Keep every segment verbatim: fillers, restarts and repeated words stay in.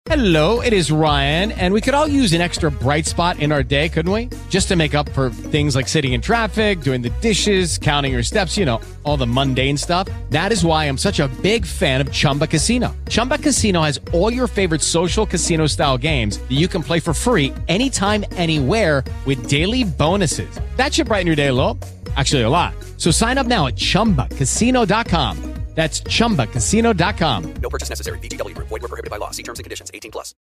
Hello, it is Ryan, and we could all use an extra bright spot in our day, couldn't we? Just to make up for things like sitting in traffic, doing the dishes, counting your steps, you know, all the mundane stuff. That is why I'm such a big fan of Chumba Casino. Chumba Casino has all your favorite social casino-style games that you can play for free anytime, anywhere with daily bonuses. That should brighten your day a little. Actually, a lot. So sign up now at chumba casino dot com. That's chumba casino dot com. No purchase necessary. V G W Group. Void where prohibited by law. See terms and conditions. eighteen plus.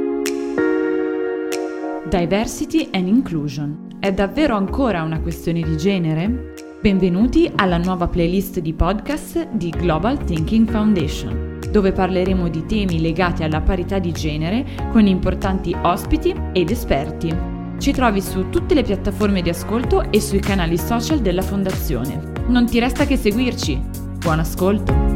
Diversity and Inclusion. È davvero ancora una questione di genere? Benvenuti alla nuova playlist di podcast di Global Thinking Foundation, dove parleremo di temi legati alla parità di genere con importanti ospiti ed esperti. Ci trovi su tutte le piattaforme di ascolto e sui canali social della Fondazione. Non ti resta che seguirci. Buon ascolto!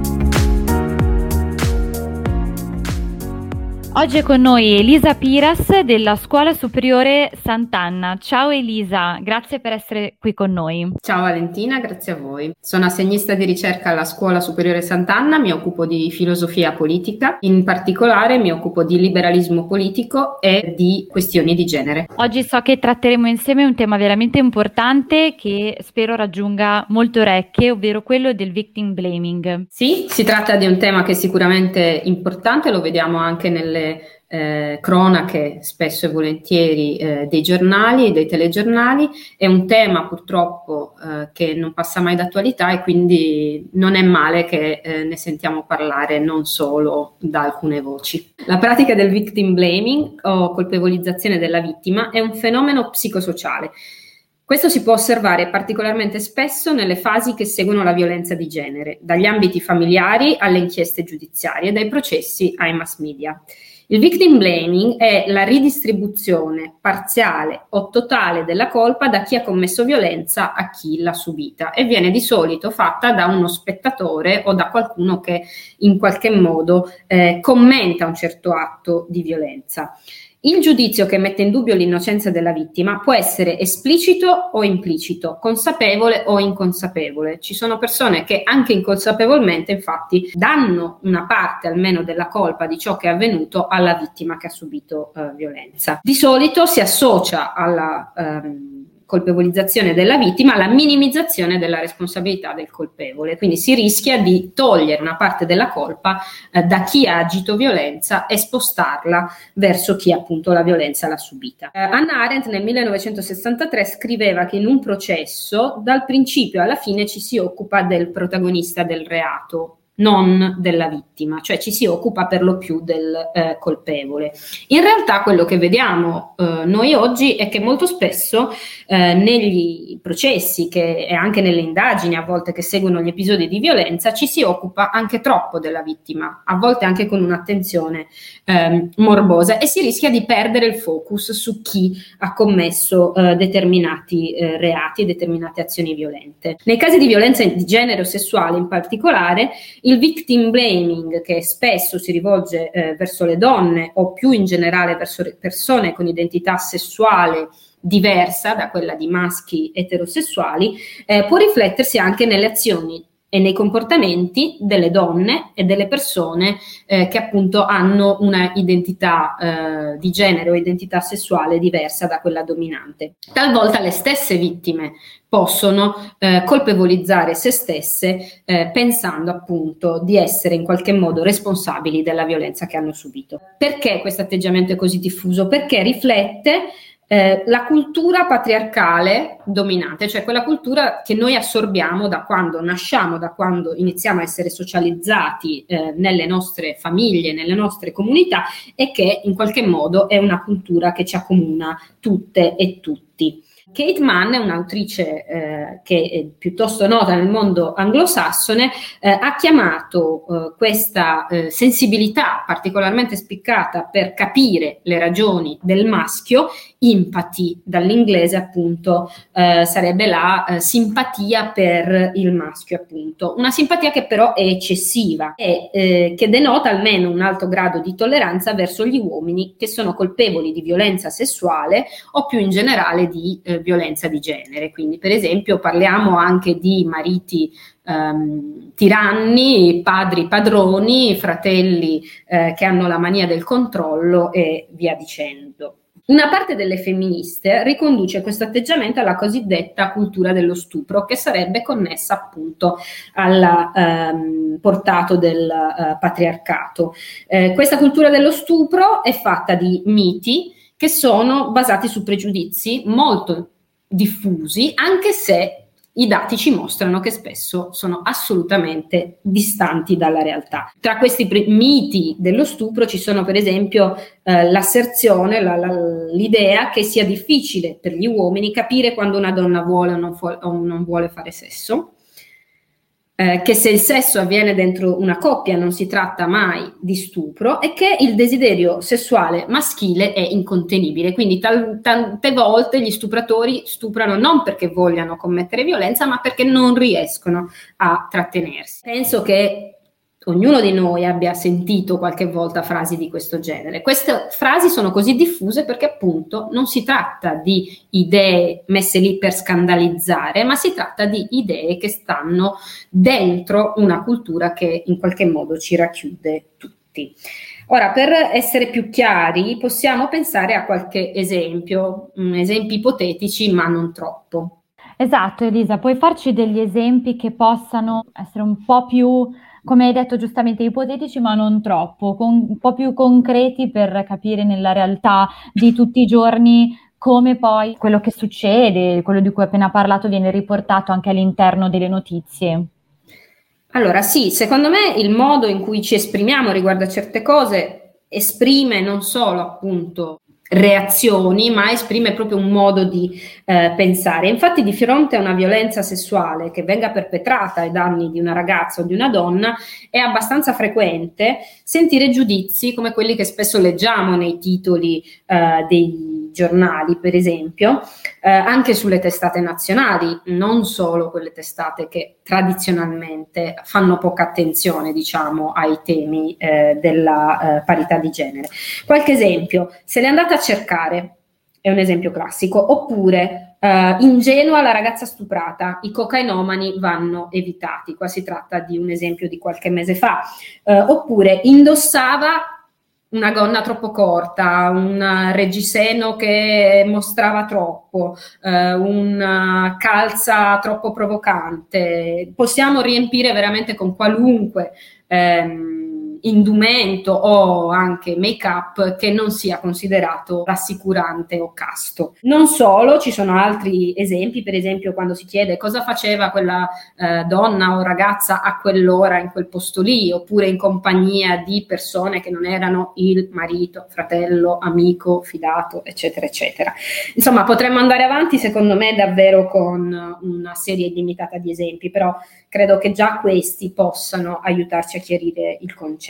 Oggi è con noi Elisa Piras della Scuola Superiore Sant'Anna. Ciao Elisa, grazie per essere qui con noi. Ciao Valentina, grazie a voi. Sono assegnista di ricerca alla Scuola Superiore Sant'Anna, mi occupo di filosofia politica, in particolare mi occupo di liberalismo politico e di questioni di genere. Oggi so che tratteremo insieme un tema veramente importante che spero raggiunga molte orecchie, ovvero quello del victim blaming. Sì, si tratta di un tema che è sicuramente importante, lo vediamo anche nelle Eh, cronache spesso e volentieri eh, dei giornali e dei telegiornali. È un tema purtroppo eh, che non passa mai d'attualità e quindi non è male che eh, ne sentiamo parlare non solo da alcune voci. La pratica del victim blaming o colpevolizzazione della vittima è un fenomeno psicosociale. Questo si può osservare particolarmente spesso nelle fasi che seguono la violenza di genere, dagli ambiti familiari alle inchieste giudiziarie, dai processi ai mass media. Il victim blaming è la ridistribuzione parziale o totale della colpa da chi ha commesso violenza a chi l'ha subita e viene di solito fatta da uno spettatore o da qualcuno che in qualche modo eh, commenta un certo atto di violenza. Il giudizio che mette in dubbio l'innocenza della vittima può essere esplicito o implicito, consapevole o inconsapevole. Ci sono persone che anche inconsapevolmente, infatti, danno una parte almeno della colpa di ciò che è avvenuto alla vittima che ha subito eh, violenza. Di solito si associa alla ehm, colpevolizzazione della vittima alla minimizzazione della responsabilità del colpevole, quindi si rischia di togliere una parte della colpa eh, da chi ha agito violenza e spostarla verso chi appunto la violenza l'ha subita. Eh, Hannah Arendt nel millenovecentosessantatré scriveva che in un processo dal principio alla fine ci si occupa del protagonista del reato, non della vittima, cioè ci si occupa per lo più del eh, colpevole. In realtà quello che vediamo eh, noi oggi è che molto spesso eh, negli processi che, e anche nelle indagini a volte che seguono gli episodi di violenza ci si occupa anche troppo della vittima, a volte anche con un'attenzione eh, morbosa e si rischia di perdere il focus su chi ha commesso eh, determinati eh, reati, determinate azioni violente. Nei casi di violenza di genere o sessuale in particolare, il victim blaming, che spesso si rivolge eh, verso le donne o più in generale verso persone con identità sessuale diversa da quella di maschi eterosessuali, eh, può riflettersi anche nelle azioni e nei comportamenti delle donne e delle persone eh, che appunto hanno una identità eh, di genere o identità sessuale diversa da quella dominante. Talvolta le stesse vittime possono eh, colpevolizzare se stesse eh, pensando appunto di essere in qualche modo responsabili della violenza che hanno subito. Perché questo atteggiamento è così diffuso? Perché riflette Eh, la cultura patriarcale dominante, cioè quella cultura che noi assorbiamo da quando nasciamo, da quando iniziamo a essere socializzati eh, nelle nostre famiglie, nelle nostre comunità e che in qualche modo è una cultura che ci accomuna tutte e tutti. Kate Manne, un'autrice eh, che è piuttosto nota nel mondo anglosassone, eh, ha chiamato eh, questa eh, sensibilità particolarmente spiccata per capire le ragioni del maschio empathy, dall'inglese appunto eh, sarebbe la eh, simpatia per il maschio appunto, una simpatia che però è eccessiva e eh, che denota almeno un alto grado di tolleranza verso gli uomini che sono colpevoli di violenza sessuale o più in generale di eh, violenza di genere. Quindi, per esempio, parliamo anche di mariti ehm, tiranni, padri padroni, fratelli eh, che hanno la mania del controllo e via dicendo. Una parte delle femministe riconduce questo atteggiamento alla cosiddetta cultura dello stupro, che sarebbe connessa appunto al ehm, portato del eh, patriarcato. Eh, questa cultura dello stupro è fatta di miti che sono basati su pregiudizi molto diffusi, anche se i dati ci mostrano che spesso sono assolutamente distanti dalla realtà. Tra questi pre- miti dello stupro ci sono per esempio eh, l'asserzione, la, la, l'idea che sia difficile per gli uomini capire quando una donna vuole o non, fu- o non vuole fare sesso, eh, che se il sesso avviene dentro una coppia non si tratta mai di stupro e che il desiderio sessuale maschile è incontenibile. Quindi tal- tante volte gli stupratori stuprano non perché vogliano commettere violenza, ma perché non riescono a trattenersi. Penso che ognuno di noi abbia sentito qualche volta frasi di questo genere. Queste frasi sono così diffuse perché appunto non si tratta di idee messe lì per scandalizzare, ma si tratta di idee che stanno dentro una cultura che in qualche modo ci racchiude tutti. Ora, per essere più chiari, possiamo pensare a qualche esempio, esempi ipotetici, ma non troppo. Esatto, Elisa, puoi farci degli esempi che possano essere un po' più, come hai detto giustamente, ipotetici, ma non troppo, con, un po' più concreti per capire nella realtà di tutti i giorni come poi quello che succede, quello di cui ho appena parlato, viene riportato anche all'interno delle notizie. Allora sì, secondo me il modo in cui ci esprimiamo riguardo a certe cose esprime non solo appunto reazioni, ma esprime proprio un modo di eh, pensare. Infatti, di fronte a una violenza sessuale che venga perpetrata ai danni di una ragazza o di una donna, è abbastanza frequente sentire giudizi come quelli che spesso leggiamo nei titoli eh, dei giornali, per esempio, eh, anche sulle testate nazionali, non solo quelle testate che tradizionalmente fanno poca attenzione, diciamo, ai temi eh, della eh, parità di genere. Qualche esempio: se le andate a cercare, è un esempio classico, oppure uh, ingenua la ragazza stuprata, i cocainomani vanno evitati. Qua si tratta di un esempio di qualche mese fa. Uh, oppure indossava una gonna troppo corta, un reggiseno che mostrava troppo, uh, una calza troppo provocante. Possiamo riempire veramente con qualunque um, indumento o anche make-up che non sia considerato rassicurante o casto. Non solo, ci sono altri esempi, per esempio quando si chiede cosa faceva quella eh, donna o ragazza a quell'ora in quel posto lì, oppure in compagnia di persone che non erano il marito, fratello, amico, fidato, eccetera, eccetera. Insomma, potremmo andare avanti secondo me davvero con una serie limitata di esempi, però credo che già questi possano aiutarci a chiarire il concetto.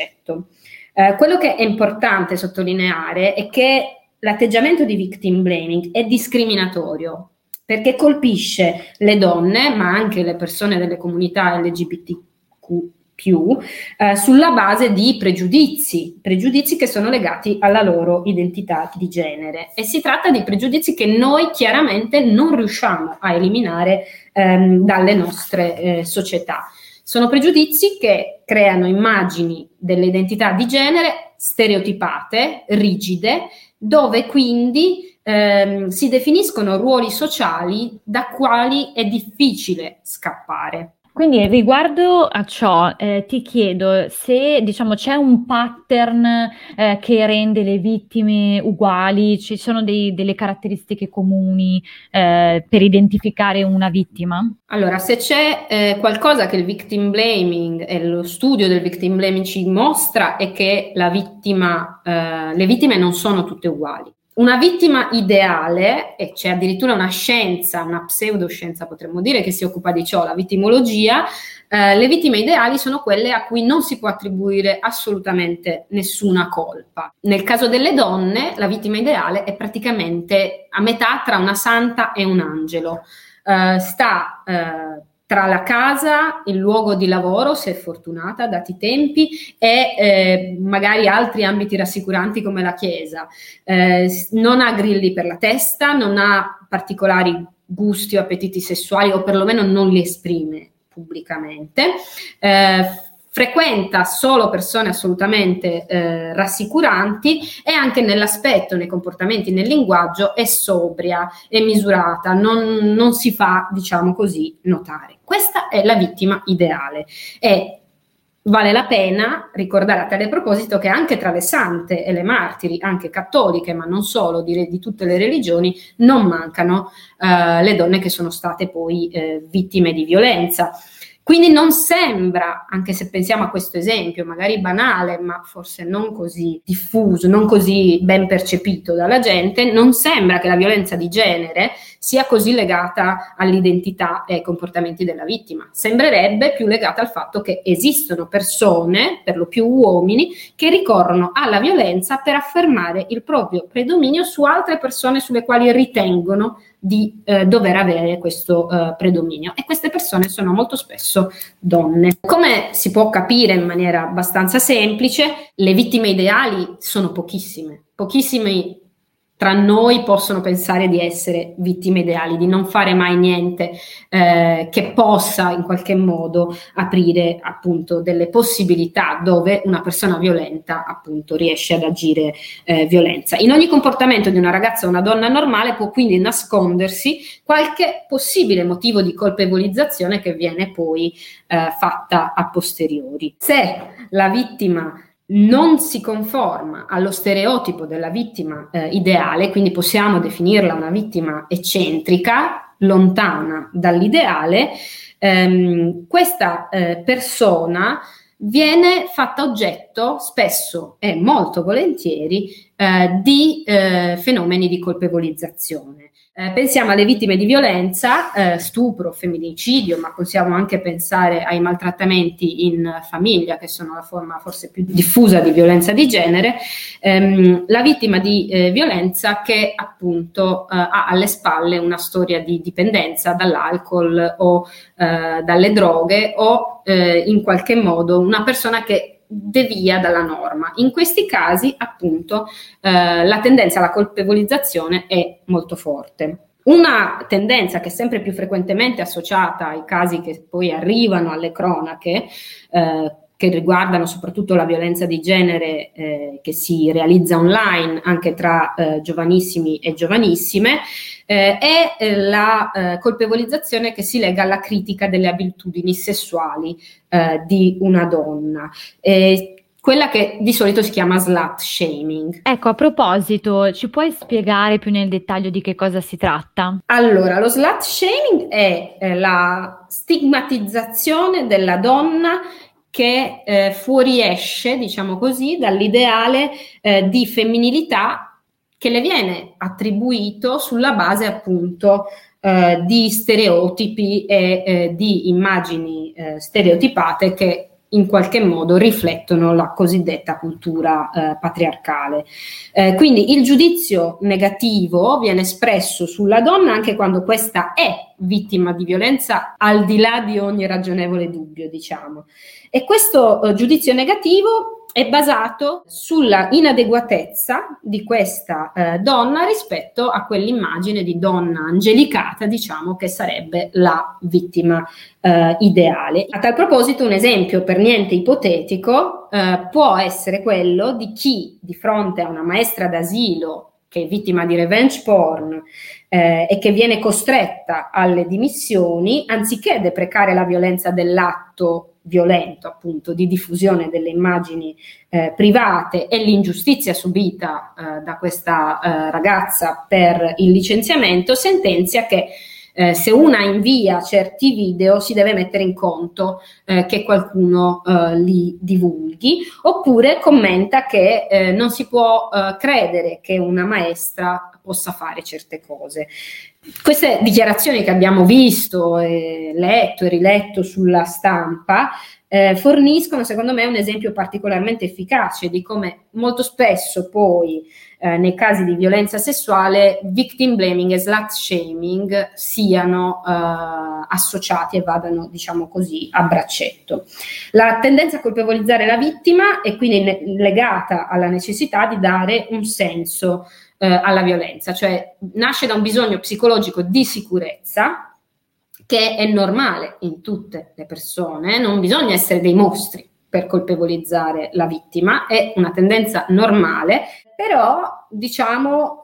Eh, quello che è importante sottolineare è che l'atteggiamento di victim blaming è discriminatorio perché colpisce le donne, ma anche le persone delle comunità L G B T Q più, eh, sulla base di pregiudizi, pregiudizi che sono legati alla loro identità di genere. E si tratta di pregiudizi che noi chiaramente non riusciamo a eliminare ehm, dalle nostre eh, società. Sono pregiudizi che creano immagini delle identità di genere stereotipate, rigide, dove quindi ehm, si definiscono ruoli sociali da quali è difficile scappare. Quindi riguardo a ciò eh, ti chiedo se diciamo c'è un pattern eh, che rende le vittime uguali, ci sono dei, delle caratteristiche comuni eh, per identificare una vittima? Allora, se c'è eh, qualcosa che il victim blaming e lo studio del victim blaming ci mostra è che la vittima, eh, le vittime non sono tutte uguali. Una vittima ideale, e c'è addirittura una scienza, una pseudoscienza potremmo dire, che si occupa di ciò, la vittimologia, eh, le vittime ideali sono quelle a cui non si può attribuire assolutamente nessuna colpa. Nel caso delle donne, la vittima ideale è praticamente a metà tra una santa e un angelo. Uh, sta uh, tra la casa, il luogo di lavoro, se è fortunata, dati i tempi, e eh, magari altri ambiti rassicuranti come la chiesa. Eh, non ha grilli per la testa, non ha particolari gusti o appetiti sessuali, o perlomeno non li esprime pubblicamente. Eh, frequenta solo persone assolutamente eh, rassicuranti, e anche nell'aspetto, nei comportamenti, nel linguaggio è sobria, è misurata, non, non si fa, diciamo così, notare. Questa è la vittima ideale, e vale la pena ricordare a tale proposito che anche tra le sante e le martiri, anche cattoliche, ma non solo, direi di tutte le religioni, non mancano eh, le donne che sono state poi eh, vittime di violenza. Quindi non sembra, anche se pensiamo a questo esempio, magari banale, ma forse non così diffuso, non così ben percepito dalla gente, non sembra che la violenza di genere sia così legata all'identità e ai comportamenti della vittima. Sembrerebbe più legata al fatto che esistono persone, per lo più uomini, che ricorrono alla violenza per affermare il proprio predominio su altre persone sulle quali ritengono di eh, dover avere questo eh, predominio, e queste persone sono molto spesso donne. Come si può capire in maniera abbastanza semplice, le vittime ideali sono pochissime, pochissimi tra noi possono pensare di essere vittime ideali, di non fare mai niente eh, che possa in qualche modo aprire appunto delle possibilità dove una persona violenta appunto riesce ad agire eh, violenza. In ogni comportamento di una ragazza o una donna normale può quindi nascondersi qualche possibile motivo di colpevolizzazione che viene poi eh, fatta a posteriori. Se la vittima non si conforma allo stereotipo della vittima eh, ideale, quindi possiamo definirla una vittima eccentrica, lontana dall'ideale, ehm, questa eh, persona viene fatta oggetto spesso e molto volentieri eh, di eh, fenomeni di colpevolizzazione. Eh, pensiamo alle vittime di violenza, eh, stupro, femminicidio, ma possiamo anche pensare ai maltrattamenti in famiglia, che sono la forma forse più diffusa di violenza di genere. Ehm, la vittima di eh, violenza che appunto eh, ha alle spalle una storia di dipendenza dall'alcol o eh, dalle droghe, o eh, in qualche modo una persona che devia dalla norma. In questi casi, appunto, eh, la tendenza alla colpevolizzazione è molto forte. Una tendenza che è sempre più frequentemente associata ai casi che poi arrivano alle cronache, eh, che riguardano soprattutto la violenza di genere eh, che si realizza online anche tra eh, giovanissimi e giovanissime, eh, è eh, la eh, colpevolizzazione che si lega alla critica delle abitudini sessuali eh, di una donna. Eh, quella che di solito si chiama slut shaming. Ecco, a proposito, ci puoi spiegare più nel dettaglio di che cosa si tratta? Allora, lo slut shaming è eh, la stigmatizzazione della donna che eh, fuoriesce, diciamo così, dall'ideale eh, di femminilità che le viene attribuito sulla base appunto eh, di stereotipi e eh, di immagini eh, stereotipate che in qualche modo riflettono la cosiddetta cultura eh, patriarcale. Eh, quindi il giudizio negativo viene espresso sulla donna anche quando questa è vittima di violenza, al di là di ogni ragionevole dubbio, diciamo. E questo eh, giudizio negativo è basato sulla inadeguatezza di questa eh, donna rispetto a quell'immagine di donna angelicata, diciamo, che sarebbe la vittima eh, ideale. A tal proposito, un esempio per niente ipotetico eh, può essere quello di chi, di fronte a una maestra d'asilo che è vittima di revenge porn eh, e che viene costretta alle dimissioni, anziché deprecare la violenza dell'atto violento, appunto, di diffusione delle immagini eh, private e l'ingiustizia subita eh, da questa eh, ragazza per il licenziamento, sentenzia che eh, se una invia certi video si deve mettere in conto eh, che qualcuno eh, li divulghi, oppure commenta che eh, non si può eh, credere che una maestra possa fare certe cose. Queste dichiarazioni che abbiamo visto, e letto e riletto sulla stampa, eh, forniscono secondo me un esempio particolarmente efficace di come molto spesso poi eh, nei casi di violenza sessuale victim blaming e slut shaming siano eh, associati e vadano, diciamo così, a braccetto. La tendenza a colpevolizzare la vittima è quindi ne- legata alla necessità di dare un senso eh, alla violenza, cioè nasce da un bisogno psicologico di sicurezza che è normale in tutte le persone, non bisogna essere dei mostri per colpevolizzare la vittima, è una tendenza normale, però diciamo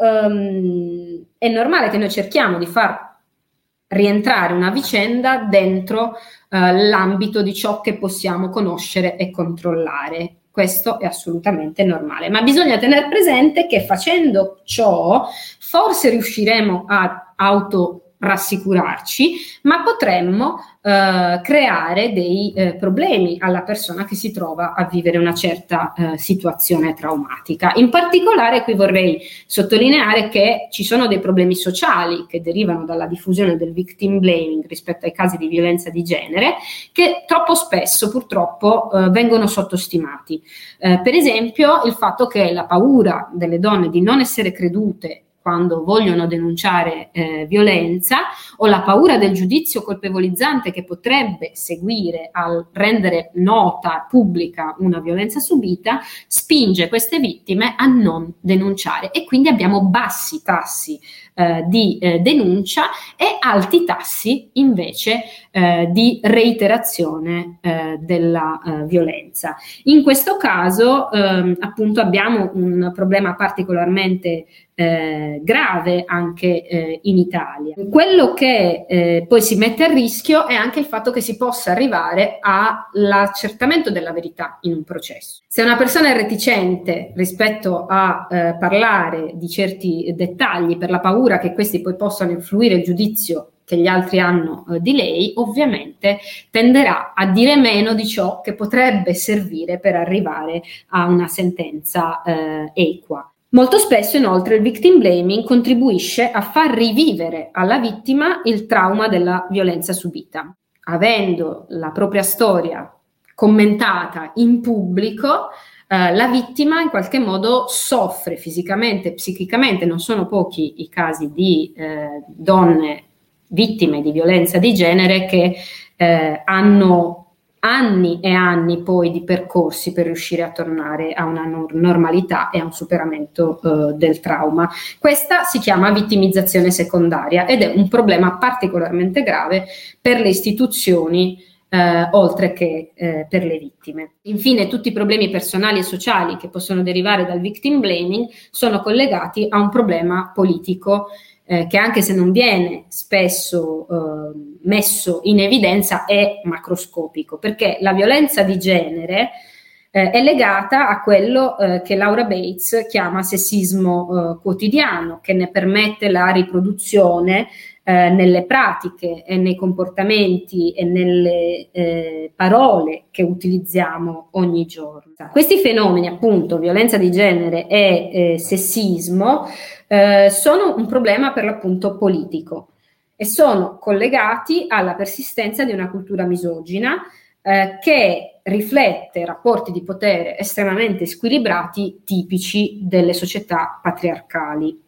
um, è normale che noi cerchiamo di far rientrare una vicenda dentro uh, l'ambito di ciò che possiamo conoscere e controllare. Questo è assolutamente normale, ma bisogna tenere presente che facendo ciò forse riusciremo a auto rassicurarci, ma potremmo eh, creare dei eh, problemi alla persona che si trova a vivere una certa eh, situazione traumatica. In particolare qui vorrei sottolineare che ci sono dei problemi sociali che derivano dalla diffusione del victim blaming rispetto ai casi di violenza di genere che troppo spesso purtroppo eh, vengono sottostimati. Eh, per esempio il fatto che la paura delle donne di non essere credute quando vogliono denunciare eh, violenza, o la paura del giudizio colpevolizzante che potrebbe seguire al rendere nota, pubblica una violenza subita, spinge queste vittime a non denunciare e quindi abbiamo bassi tassi eh, di eh, denuncia e alti tassi invece eh, di reiterazione eh, della eh, violenza. In questo caso ehm, appunto abbiamo un problema particolarmente Eh, grave anche eh, in Italia. Quello che eh, poi si mette a rischio è anche il fatto che si possa arrivare all'accertamento della verità in un processo. Se una persona è reticente rispetto a eh, parlare di certi dettagli per la paura che questi poi possano influire il giudizio che gli altri hanno eh, di lei, ovviamente tenderà a dire meno di ciò che potrebbe servire per arrivare a una sentenza eh, equa. Molto spesso inoltre il victim blaming contribuisce a far rivivere alla vittima il trauma della violenza subita. Avendo la propria storia commentata in pubblico, eh, la vittima in qualche modo soffre fisicamente, psichicamente. Non sono pochi i casi di eh, donne vittime di violenza di genere che eh, hanno anni e anni poi di percorsi per riuscire a tornare a una nor- normalità e a un superamento uh, del trauma. Questa si chiama vittimizzazione secondaria ed è un problema particolarmente grave per le istituzioni uh, oltre che uh, per le vittime. Infine, tutti i problemi personali e sociali che possono derivare dal victim blaming sono collegati a un problema politico Eh, che anche se non viene spesso eh, messo in evidenza è macroscopico, perché la violenza di genere eh, è legata a quello eh, che Laura Bates chiama sessismo eh, quotidiano, che ne permette la riproduzione eh, nelle pratiche e nei comportamenti e nelle eh, parole che utilizziamo ogni giorno. Questi fenomeni, appunto, violenza di genere e eh, sessismo, Eh, sono un problema per l'appunto politico e sono collegati alla persistenza di una cultura misogina eh, che riflette rapporti di potere estremamente squilibrati tipici delle società patriarcali.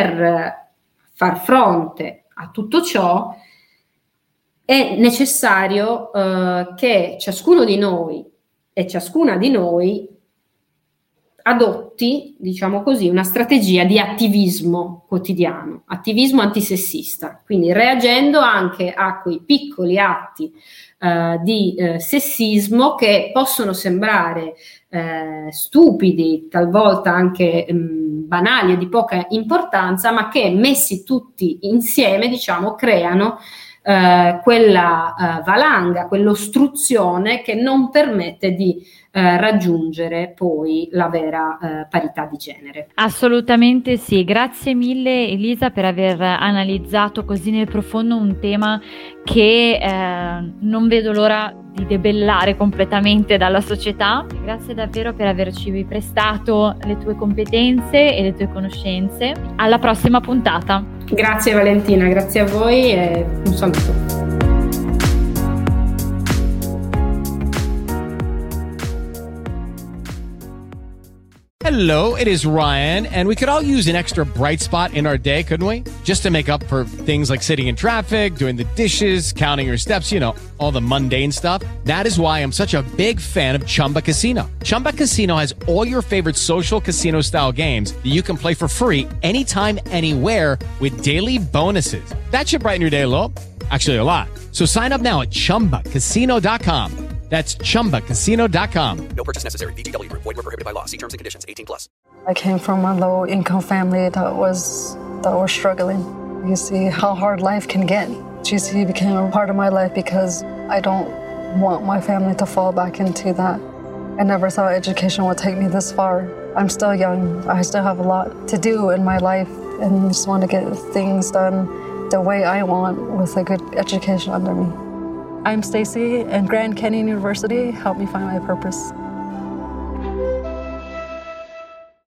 Per far fronte a tutto ciò è necessario eh, che ciascuno di noi e ciascuna di noi adotti, diciamo così, una strategia di attivismo quotidiano, attivismo antisessista, quindi reagendo anche a quei piccoli atti eh, di eh, sessismo che possono sembrare eh, stupidi, talvolta anche mh, banali e di poca importanza, ma che messi tutti insieme, diciamo, creano eh, quella eh, valanga, quell'ostruzione che non permette di Eh, raggiungere poi la vera eh, parità di genere. Assolutamente sì, grazie mille Elisa per aver analizzato così nel profondo un tema che eh, non vedo l'ora di debellare completamente dalla società. Grazie davvero per averci prestato le tue competenze e le tue conoscenze. Alla prossima puntata. Grazie Valentina, grazie a voi e un saluto. Hello, it is Ryan, and we could all use an extra bright spot in our day, couldn't we? Just to make up for things like sitting in traffic, doing the dishes, counting your steps, you know, all the mundane stuff. That is why I'm such a big fan of Chumba Casino. Chumba Casino has all your favorite social casino-style games that you can play for free anytime, anywhere with daily bonuses. That should brighten your day a little. Actually, a lot. So sign up now at chumba casino dot com. That's chumba casino dot com. No purchase necessary. V G W Group. Void where prohibited by law. See terms and conditions. eighteen plus. I came from a low-income family that was that was struggling. You see how hard life can get. G C became a part of my life because I don't want my family to fall back into that. I never thought education would take me this far. I'm still young. I still have a lot to do in my life and just want to get things done the way I want with a good education under me. I'm Stacy, and Grand Canyon University helped me find my purpose.